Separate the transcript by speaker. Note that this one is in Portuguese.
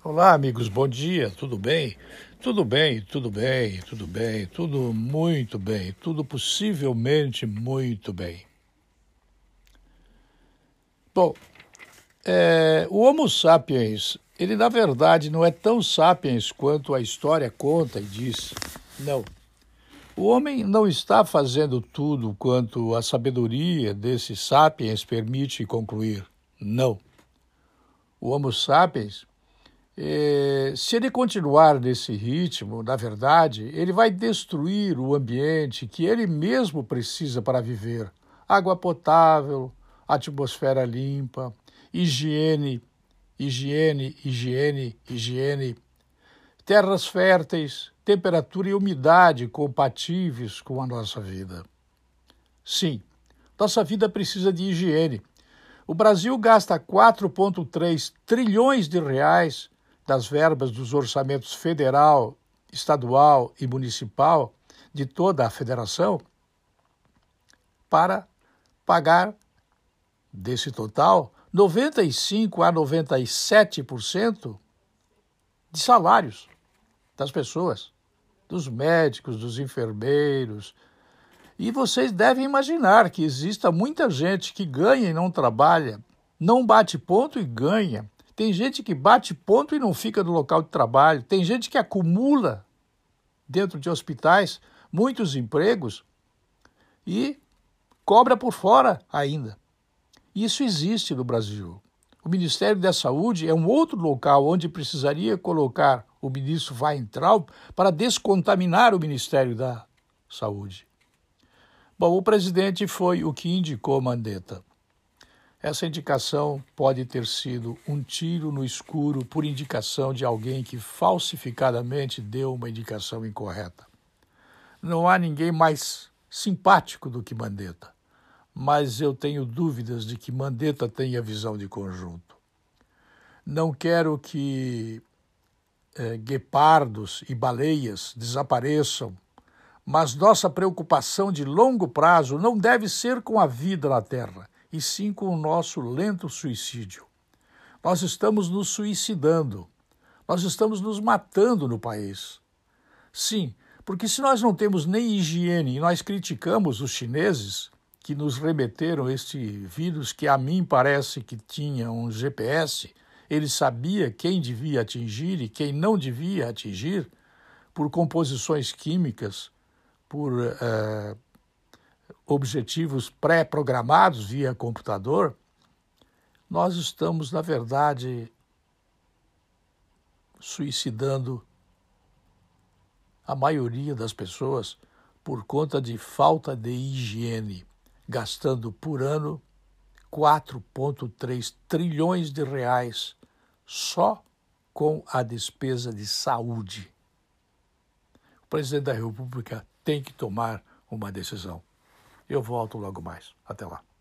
Speaker 1: Olá, amigos, bom dia, tudo bem? Tudo bem, tudo bem, tudo bem, tudo muito bem, tudo possivelmente muito bem. Bom, o Homo sapiens, ele na verdade não é tão sapiens quanto a história conta e diz. Não. O homem não está fazendo tudo quanto a sabedoria desse sapiens permite concluir. Não. O Homo sapiens se ele continuar nesse ritmo, na verdade, ele vai destruir o ambiente que ele mesmo precisa para viver. Água potável, atmosfera limpa, higiene, higiene, terras férteis, temperatura e umidade compatíveis com a nossa vida. Sim, nossa vida precisa de higiene. O Brasil gasta 4,3 trilhões de reais das verbas dos orçamentos federal, estadual e municipal de toda a federação para pagar, desse total, 95 a 97% de salários das pessoas, dos médicos, dos enfermeiros. E vocês devem imaginar que exista muita gente que ganha e não trabalha, não bate ponto e ganha. Tem gente que bate ponto e não fica no local de trabalho. Tem gente que acumula dentro de hospitais muitos empregos e cobra por fora ainda. Isso existe no Brasil. O Ministério da Saúde é um outro local onde precisaria colocar o ministro Weintraub para descontaminar o Ministério da Saúde. Bom, o presidente foi o que indicou Mandetta. Essa indicação pode ter sido um tiro no escuro por indicação de alguém que falsificadamente deu uma indicação incorreta. Não há ninguém mais simpático do que Mandetta, mas eu tenho dúvidas de que Mandetta tenha visão de conjunto. Não quero que guepardos e baleias desapareçam, mas nossa preocupação de longo prazo não deve ser com a vida na Terra, e sim com o nosso lento suicídio. Nós estamos nos suicidando, nós estamos nos matando no país. Sim, porque se nós não temos nem higiene e nós criticamos os chineses que nos remeteram este vírus que a mim parece que tinha um GPS, ele sabia quem devia atingir e quem não devia atingir por composições químicas, por objetivos pré-programados via computador, nós estamos, na verdade, suicidando a maioria das pessoas por conta de falta de higiene, gastando por ano 4,3 trilhões de reais só com a despesa de saúde. O presidente da República tem que tomar uma decisão. Eu volto logo mais. Até lá.